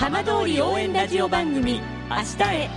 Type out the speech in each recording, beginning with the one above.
浜通り応援ラジオ番組明日へ。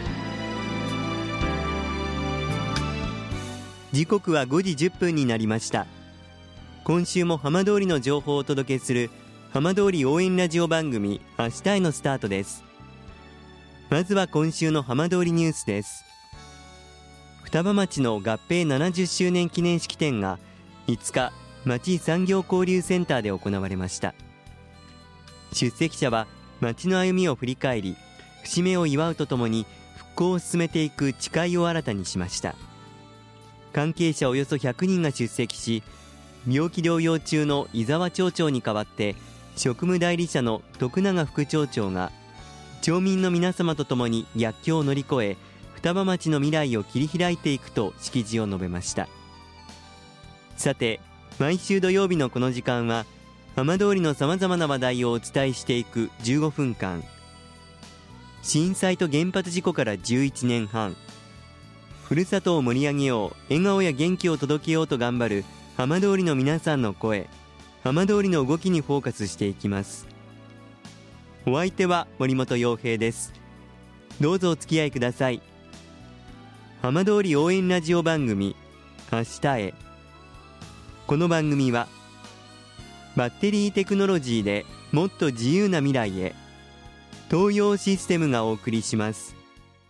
時刻は5時10分になりました。今週も浜通りの情報をお届けする浜通り応援ラジオ番組明日へのスタートです。まずは今週の浜通りニュースです。双葉町の合併70周年記念式典が5日、町産業交流センターで行われました。出席者は町の歩みを振り返り、節目を祝うとともに復興を進めていく誓いを新たにしました。関係者およそ100人が出席し、病気療養中の伊沢町長に代わって職務代理者の徳永副町長が町民の皆様と共に逆境を乗り越え、双葉町の未来を切り開いていくと式辞を述べました。さて、毎週土曜日のこの時間は浜通りのさまざまな話題をお伝えしていく15分間。震災と原発事故から11年半、ふるさとを盛り上げよう、笑顔や元気を届けようと頑張る浜通りの皆さんの声、浜通りの動きにフォーカスしていきます。お相手は森本洋平です。どうぞお付き合いください。浜通り応援ラジオ番組明日へ。この番組はバッテリーテクノロジーでもっと自由な未来へ、東洋システムがお送りします。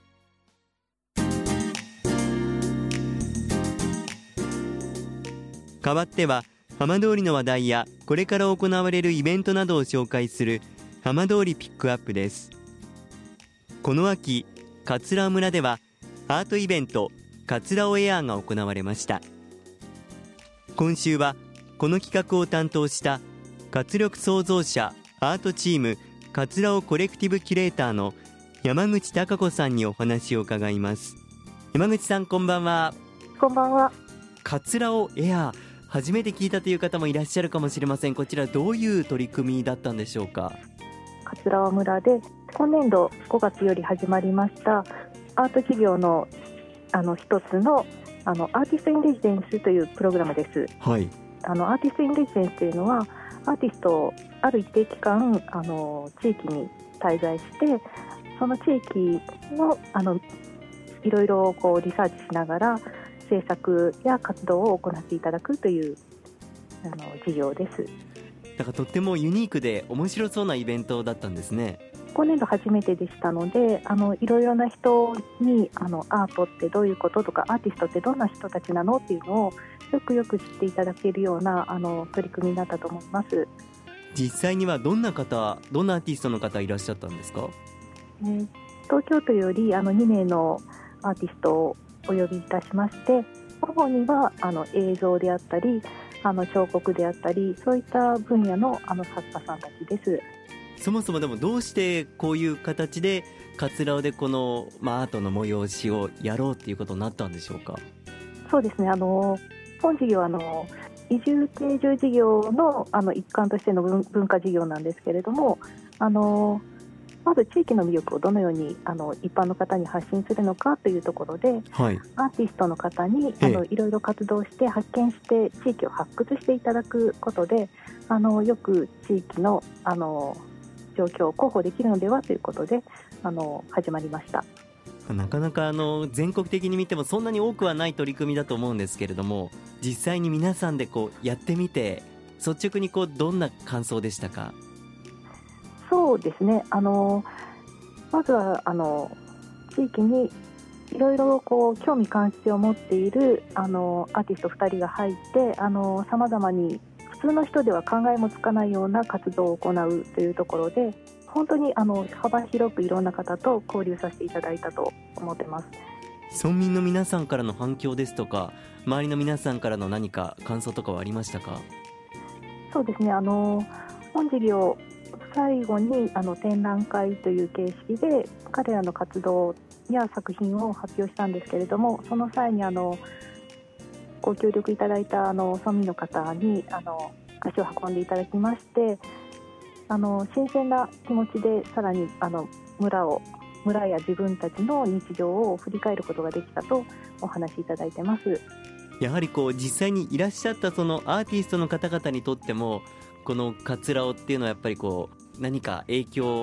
代わっては浜通りの話題やこれから行われるイベントなどを紹介する浜通りピックアップです。この秋、桂尾村ではアートイベント桂尾エアーが行われました。今週はこの企画を担当した活力創造者アートチーム桂尾コレクティブキュレーターの山口貴子さんにお話を伺います。山口さん、こんばんは。 こんばんは。 桂尾エアー、初めて聞いたという方もいらっしゃるかもしれません。こちらどういう取り組みだったんでしょうか。 桂尾村で今年度5月より始まりましたアート事業の一つのアーティストインレジデンスというプログラムです。 はい。 アーティストインレジデンスというのはアーティストをある一定期間地域に滞在して、その地域のいろいろリサーチしながら制作や活動を行っていただくという事業です。 だからとってもユニークで面白そうなイベントだったんですね。 今年度初めてでしたので、いろいろな人にアートってどういうこととか、アーティストってどんな人たちなのっていうのをよくよく知っていただけるような取り組みになったと思います。 実際にはどんなアーティストの方いらっしゃったんですか。 東京都より2名のアーティストをお呼びいたしまして、主には映像であったり彫刻であったり、そういった分野の作家さんたちです。 そもそもでもどうしてこういう形で桂尾でこの、アートの催しをやろうっていうことになったんでしょうか。 そうですね、本事業は移住定住事業の一環としての文化事業なんですけれども、まず地域の魅力をどのように一般の方に発信するのかというところで、 はい、 アーティストの方にいろいろ活動して発見して地域を発掘していただくことでよく地域の状況を広報できるのではということで始まりました。 なかなか全国的に見てもそんなに多くはない取り組みだと思うんですけれども、実際に皆さんでやってみて率直にどんな感想でしたか。 そうですね、まずは地域にいろいろ興味関心を持っているアーティスト2人が入ってさまざまに普通の人では考えもつかないような活動を行うというところで、本当に幅広くいろんな方と交流させていただいたと思ってます。 村民の皆さんからの反響ですとか、周りの皆さんからの何か感想とかはありましたか。 そうですね、本事業最後に展覧会という形式で彼らの活動や作品を発表したんですけれども、その際にご協力いただいた村民の方に足を運んでいただきまして、新鮮な気持ちでさらに村や自分たちの日常を振り返ることができたとお話しいただいてます。 やはり実際にいらっしゃったそのアーティストの方々にとってもこの桂尾っていうのはやっぱり何か影響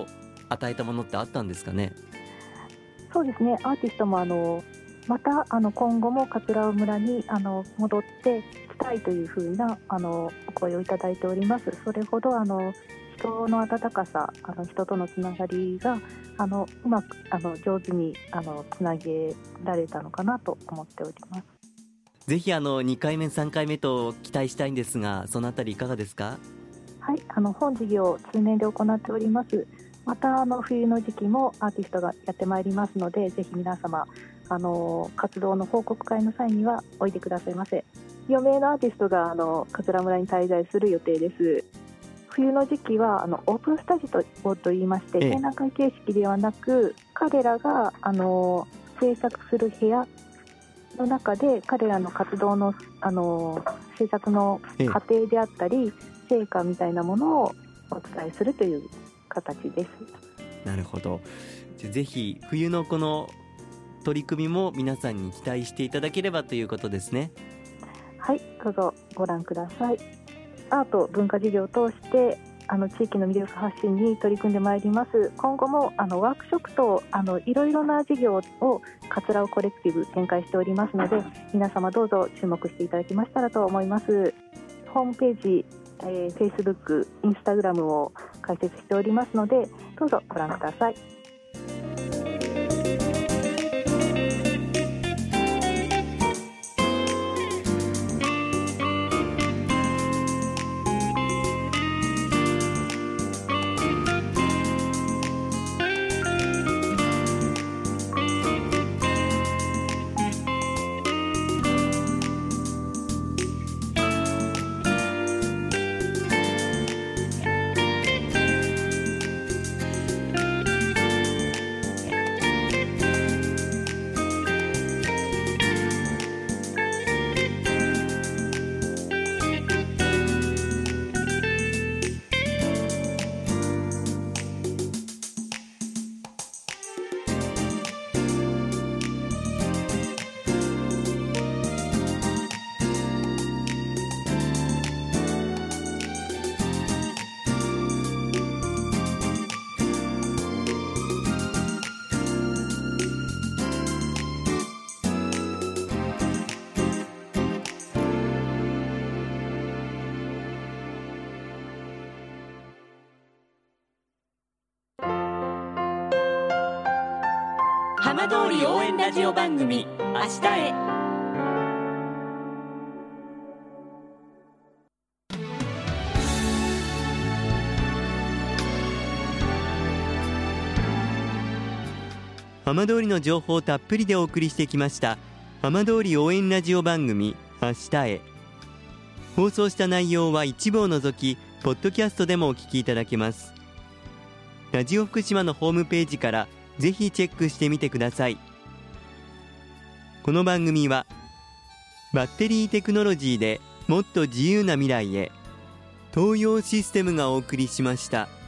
与えたものってあったんですかね。 そうですね、アーティストもまた今後も桂尾村に戻ってきたいというふうなお声をいただいております。それほど人の温かさ、人とのつながりがうまく上手につなげられたのかなと思っております。 ぜひ2回目3回目と期待したいんですが、そのあたりいかがですか。 はい、本事業を通年で行っております。また冬の時期もアーティストがやってまいりますので、ぜひ皆様活動の報告会の際にはおいでくださいませ。4名のアーティストが桂村に滞在する予定です。冬の時期はオープンスタジオといいまして、展覧会形式ではなく、彼らが制作する部屋の中で彼らの活動の制作の過程であったり、成果みたいなものをお伝えするという形です。 なるほど。ぜひ冬のこの取り組みも皆さんに期待していただければということですね。はい、 どうぞご覧ください。アート文化事業を通して地域の魅力発信に取り組んでまいります。今後もワークショップといろいろな事業を桂尾コレクティブ展開しておりますので、皆様どうぞ注目していただけましたらと思います。ホームページ、Facebook、Instagram を開設しておりますので、どうぞご覧ください。 浜通り応援ラジオ番組明日へ。 浜通りの情報をたっぷりでお送りしてきました浜通り応援ラジオ番組明日へ。放送した内容は一部を除きポッドキャストでもお聞きいただけます。ラジオ福島のホームページからぜひチェックしてみてください。この番組はバッテリーテクノロジーでもっと自由な未来へ、東洋システムがお送りしました。